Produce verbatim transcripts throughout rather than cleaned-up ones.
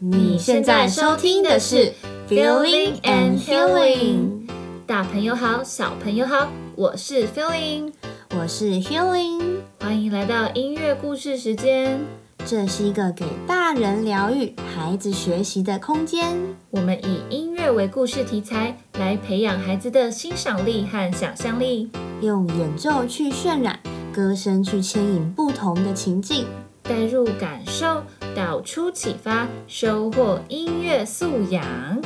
你现在收听的是 Feeling and Healing。 大朋友好，小朋友好，我是 Feeling， 我是 Healing， 欢迎来到音乐故事时间。 这是一个给大人疗愈、孩子学习的空间。 我们以音乐为故事题材，来培养孩子的欣赏力和想象力， 用演奏去渲染，歌声去牵引不同的情境， 带入感受，导出启发，收获音乐素养。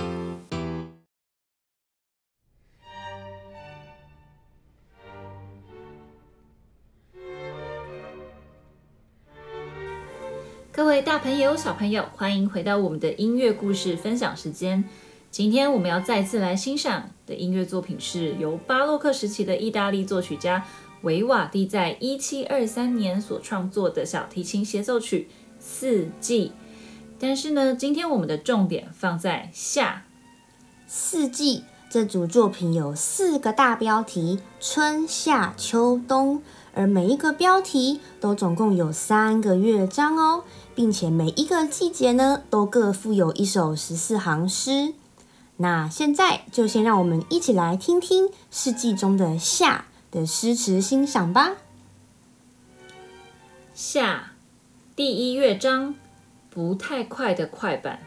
各位大朋友、小朋友，欢迎回到我们的音乐故事分享时间。今天我们要再次来欣赏的音乐作品是由巴洛克时期的意大利作曲家维瓦蒂在一七二三年所创作的小提琴协奏曲《四季》。但是呢，今天我们的重点放在夏。 四季这组作品有四个大标题：春夏秋冬，而每一个标题都总共有三个乐章哦，并且每一个季节呢，都各附有一首十四行诗。那现在就先让我们一起来听听四季中的夏的诗词欣赏吧。 夏，第一乐章，不太快的快板。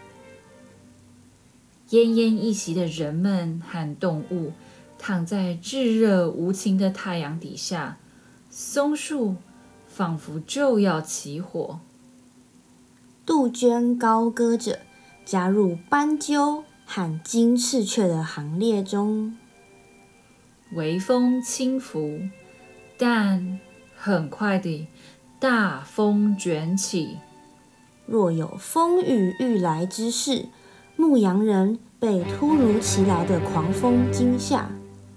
奄奄一息的人们和动物躺在炙热无情的太阳底下，松树仿佛就要起火。 杜鹃高歌着，加入斑鸠和金翅雀的行列中。 微风轻拂，但很快地大风卷起。 若有风雨欲来之势，牧羊人被突如其来的狂风惊吓。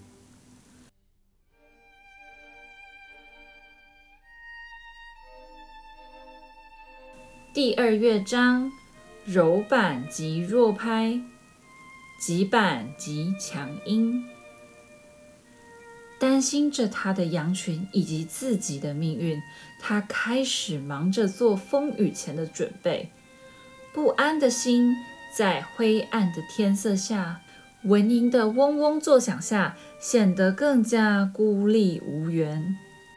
第二乐章，柔板及弱拍，急板及强音。担心着他的羊群以及自己的命运，他开始忙着做风雨前的准备。不安的心在灰暗的天色下，蚊蝇的嗡嗡作响下，显得更加孤立无援。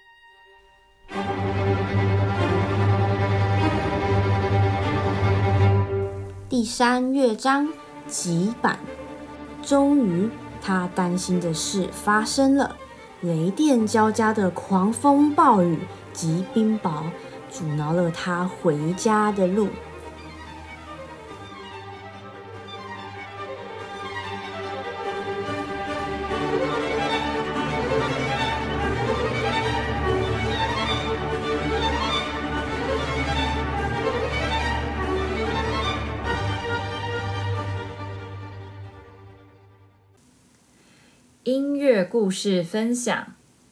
第三乐章，急板。终于，他担心的事发生了，雷电交加的狂风暴雨及冰雹阻挠了他回家的路。 音乐故事分享。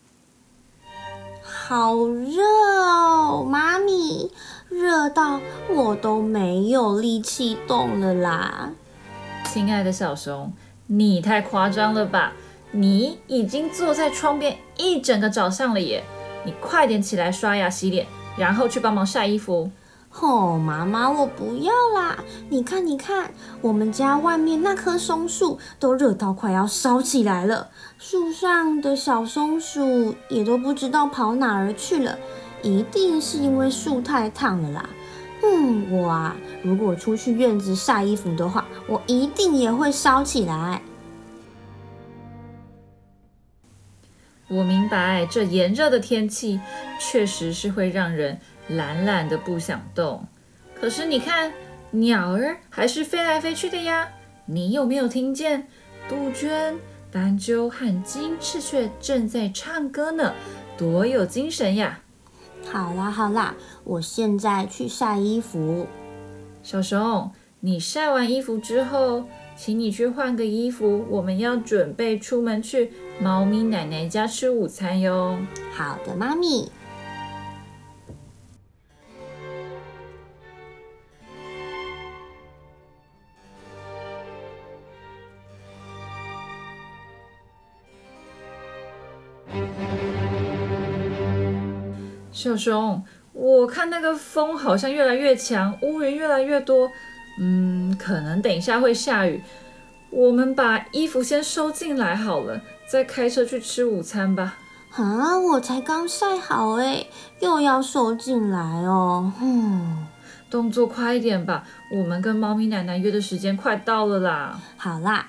好热哦，妈咪，热到我都没有力气动了啦。 亲爱的小熊，你太夸张了吧？你已经坐在窗边一整个早上了耶！你快点起来刷牙洗脸，然后去帮忙晒衣服。 哦，妈妈，我不要啦！你看，你看，我们家外面那棵松树都热到快要烧起来了，树上的小松鼠也都不知道跑哪儿去了，一定是因为树太烫了啦。嗯，我啊，如果出去院子晒衣服的话，我一定也会烧起来。 我明白，这炎热的天气确实是会让人懒懒的不想动。可是你看，鸟儿还是飞来飞去的呀。你有没有听见杜鹃、斑鸠和金翅雀正在唱歌呢？多有精神呀！ 好啦好啦，我现在去晒衣服。 小熊，你晒完衣服之后，请你去换个衣服，我们要准备出门去猫咪奶奶家吃午餐哟。 好的，妈咪。 小熊，我看那个风好像越来越强，乌云越来越多， 嗯，可能等一下会下雨，我们把衣服先收进来好了，再开车去吃午餐吧。 啊，我才刚晒好哎，又要收进来哦。嗯， 动作快一点吧，我们跟猫咪奶奶约的时间快到了啦。 好啦。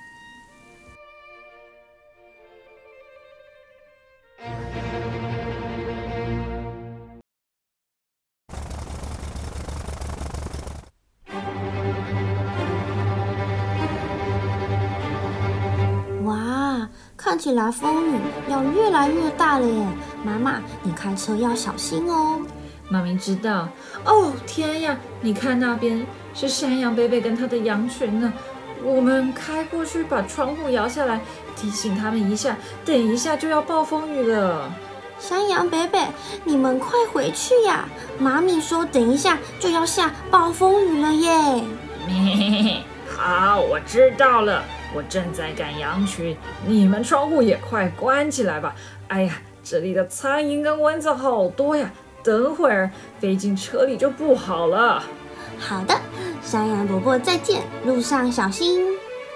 哇，看起来风雨要越来越大了耶！妈妈，你开车要小心哦。 妈咪知道。哦，天呀，你看那边是山羊贝贝跟他的羊群呢。我们开过去把窗户摇下来，提醒他们一下，等一下就要暴风雨了。 山羊贝贝，你们快回去呀！妈咪说等一下就要下暴风雨了耶。 咩，好，我知道了，我正在赶羊群，你们窗户也快关起来吧。哎呀，这里的苍蝇跟蚊子好多呀，等会儿飞进车里就不好了。 好的，山羊伯伯再见，路上小心。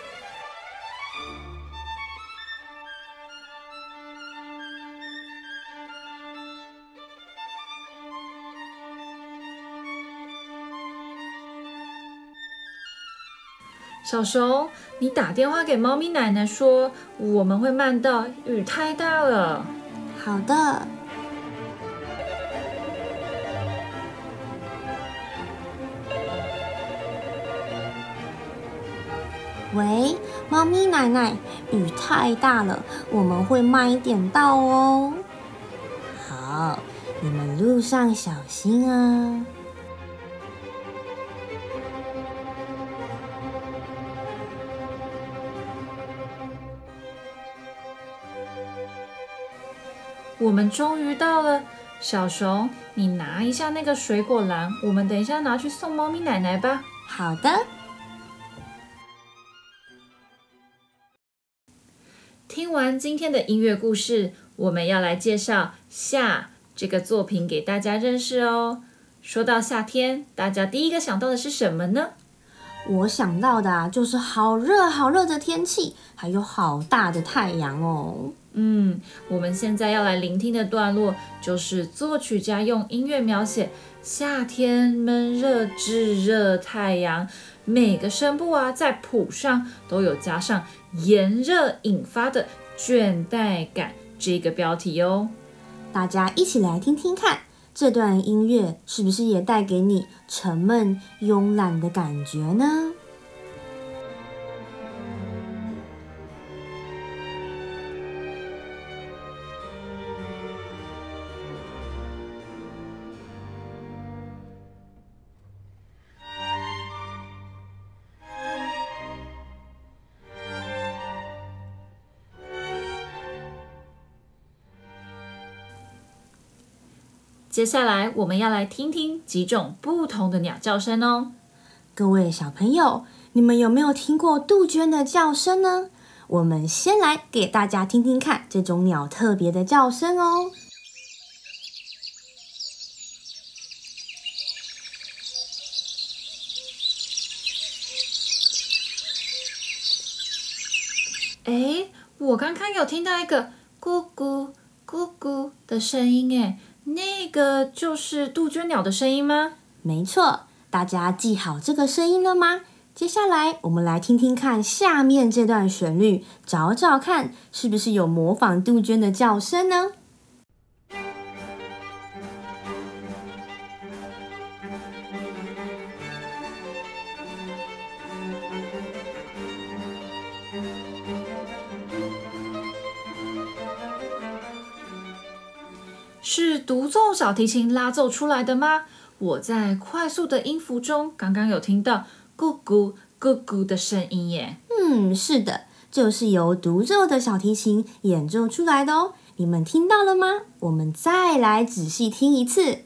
小熊，你打电话给猫咪奶奶说我们会慢到，雨太大了。 好的。喂，猫咪奶奶，雨太大了，我们会慢一点到哦。好，你们路上小心啊。 我们终于到了，小熊，你拿一下那个水果篮，我们等一下拿去送猫咪奶奶吧。 好的。 听完今天的音乐故事，我们要来介绍《夏》这个作品给大家认识哦。说到夏天，大家第一个想到的是什么呢？ 我想到的啊，就是好热好热的天气，还有好大的太阳哦。 嗯，我们现在要来聆听的段落，就是作曲家用音乐描写夏天闷热炙热太阳，每个声部啊在谱上都有加上炎热引发的倦怠感这个标题哦。 大家一起来听听看，这段音乐是不是也带给你沉闷慵懒的感觉呢？ 接下来我们要来听听几种不同的鸟叫声哦。 各位小朋友，你们有没有听过杜鹃的叫声呢？我们先来给大家听听看这种鸟特别的叫声哦。 诶，我刚刚有听到一个咕咕咕咕的声音，诶，那个就是杜鹃鸟的声音吗？ 没错，大家记好这个声音了吗？接下来我们来听听看下面这段旋律，找找看是不是有模仿杜鹃的叫声呢？ 是独奏小提琴拉奏出来的吗？我在快速的音符中刚刚有听到咕咕咕咕的声音耶。 嗯，是的，就是由独奏的小提琴演奏出来的哦。你们听到了吗？我们再来仔细听一次。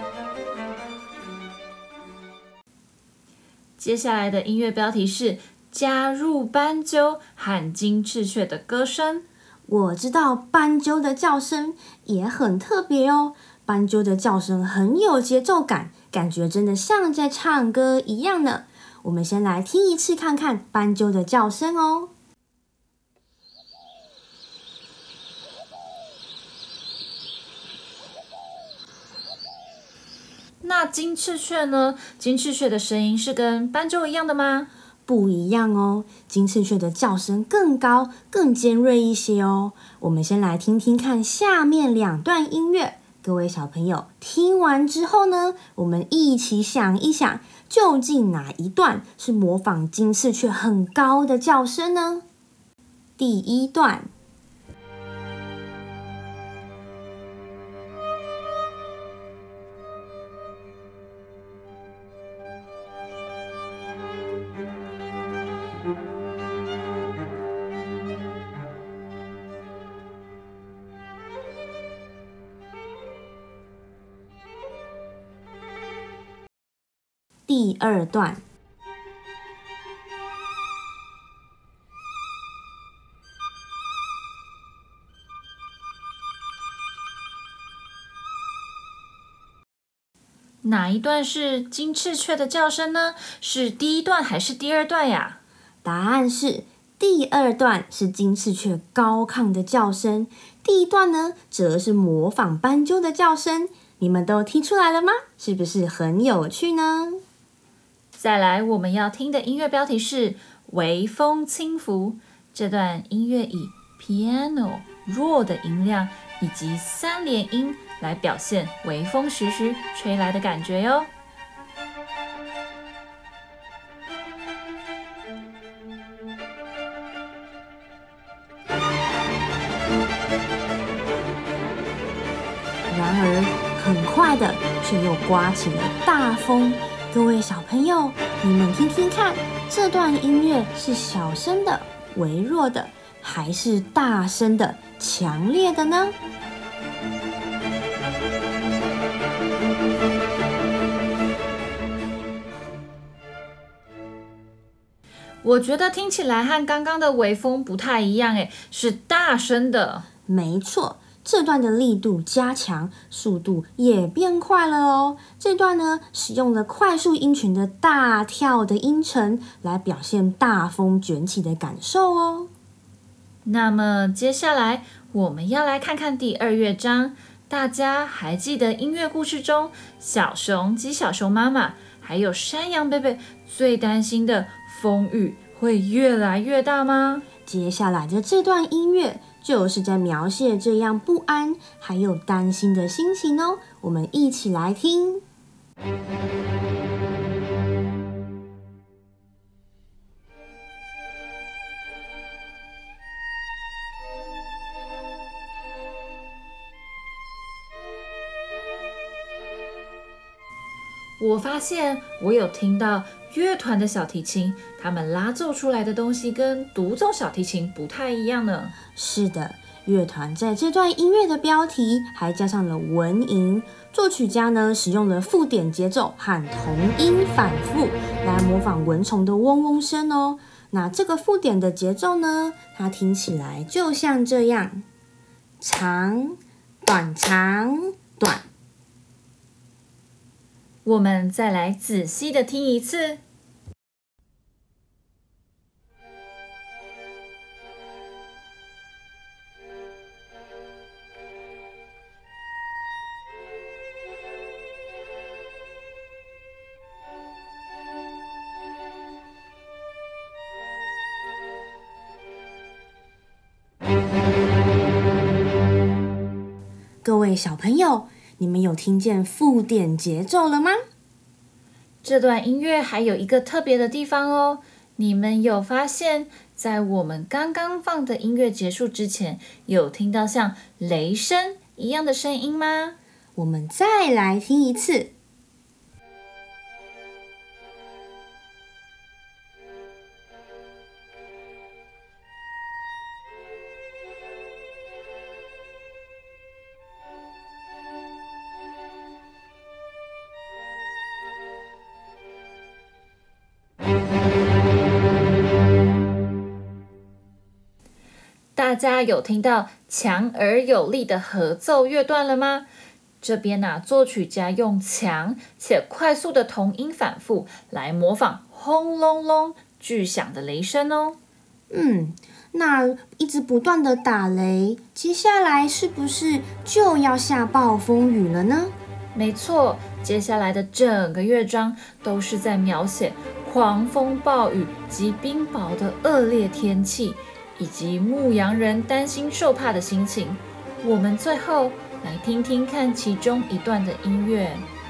接下来的音乐标题是加入斑鸠和金翅雀的歌声。 我知道斑鸠的叫声也很特别哦，斑鸠的叫声很有节奏感，感觉真的像在唱歌一样呢。我们先来听一次看看斑鸠的叫声哦。 那金翅雀呢？金翅雀的声音是跟斑鸠一样的吗？ 不一样哦，金翅雀的叫声更高、更尖锐一些哦。我们先来听听看下面两段音乐，各位小朋友听完之后呢，我们一起想一想，究竟哪一段是模仿金翅雀很高的叫声呢？第一段。第二段。 哪一段是金翅雀的叫声呢？是第一段还是第二段呀？ 答案是第二段是金翅雀高亢的叫声，第一段呢则是模仿斑鸠的叫声。你们都听出来了吗？是不是很有趣呢？ 再来，我们要听的音乐标题是《微风轻拂》。这段音乐以 piano 弱的音量以及三连音来表现微风徐徐吹来的感觉哟。 然而，很快的却又刮起了大风。各位小朋友，你们听听看，这段音乐是小声的、微弱的，还是大声的、强烈的呢？ 我觉得听起来和刚刚的微风不太一样，诶，是大声的。 没错。这段的力度加强，速度也变快了哦。这段呢，使用了快速音群的大跳的音程来表现大风卷起的感受哦。 那么接下来我们要来看看第二乐章。大家还记得音乐故事中小熊及小熊妈妈还有山羊贝贝最担心的风雨会越来越大吗？ 接下来的这段音乐就是在描写这样不安还有担心的心情哦，我们一起来听。 我发现我有听到乐团的小提琴，他们拉奏出来的东西跟独奏小提琴不太一样呢。 是的，乐团在这段音乐的标题还加上了蚊吟，作曲家呢使用了附点节奏和同音反复来模仿蚊虫的嗡嗡声哦。那这个附点的节奏呢，它听起来就像这样：长、短、长、短。 我们再来仔细的听一次。 各位小朋友，你们有听见附点节奏了吗？ 这段音乐还有一个特别的地方哦，你们有发现，在我们刚刚放的音乐结束之前，有听到像雷声一样的声音吗？ 我们再来听一次。 大家有听到强而有力的合奏乐段了吗？这边啊，作曲家用强且快速的同音反复来模仿轰隆隆巨响的雷声哦。 嗯，那一直不断的打雷，接下来是不是就要下暴风雨了呢？ 没错，接下来的整个乐章都是在描写狂风暴雨及冰雹的恶劣天气，以及牧羊人担心受怕的心情。我们最后来听听看其中一段的音乐。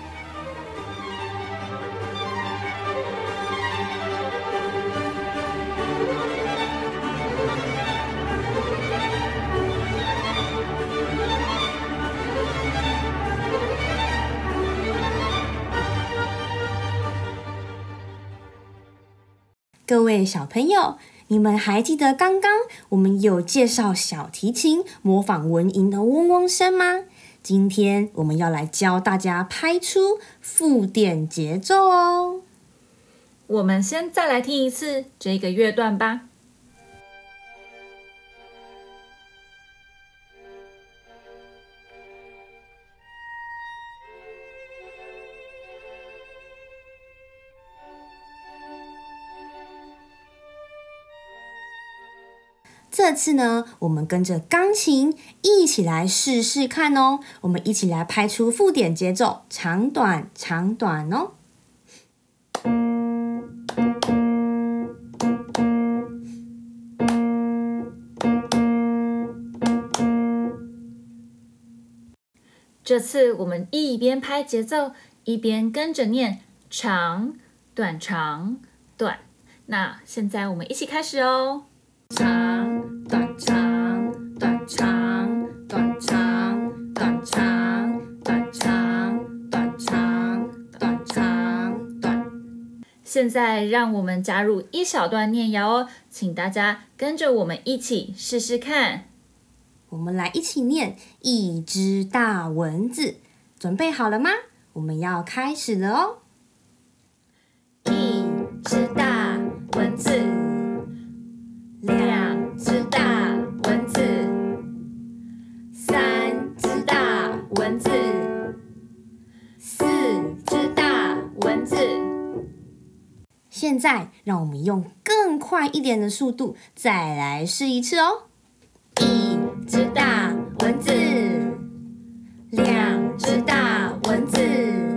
各位小朋友，你们还记得刚刚我们有介绍小提琴模仿蚊蝇的嗡嗡声吗？今天我们要来教大家拍出附点节奏哦。 我们先再来听一次这个乐段吧。 这次呢，我们跟着钢琴一起来试试看哦。我们一起来拍出附点节奏，长短长短哦。 这次我们一边拍节奏，一边跟着念长短长短。那现在我们一起开始哦。 长短长短长短长短长短长短长短长短。 现在让我们加入一小段念谣哦，请大家跟着我们一起试试看。 我们来一起念一只大蚊子，准备好了吗？我们要开始了哦。一只大蚊子，两只大蚊子，三只大蚊子，四只大蚊子。现在让我们用更快一点的速度再来试一次哦。一只大蚊子，两只大蚊子，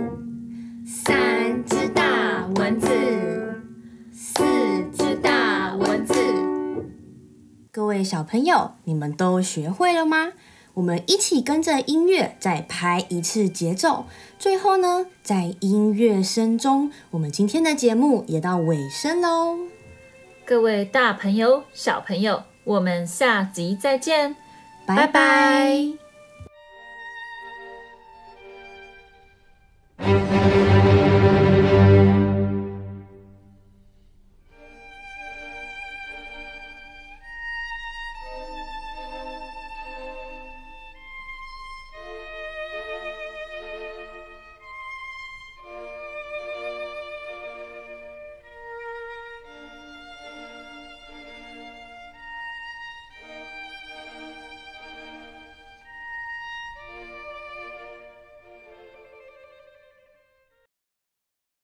三只大蚊子，四只大蚊子。各位小朋友，你们都学会了吗？我们一起跟着音乐再拍一次节奏。最后呢，在音乐声中，我们今天的节目也到尾声喽。 各位大朋友、小朋友，我们下集再见， 拜拜。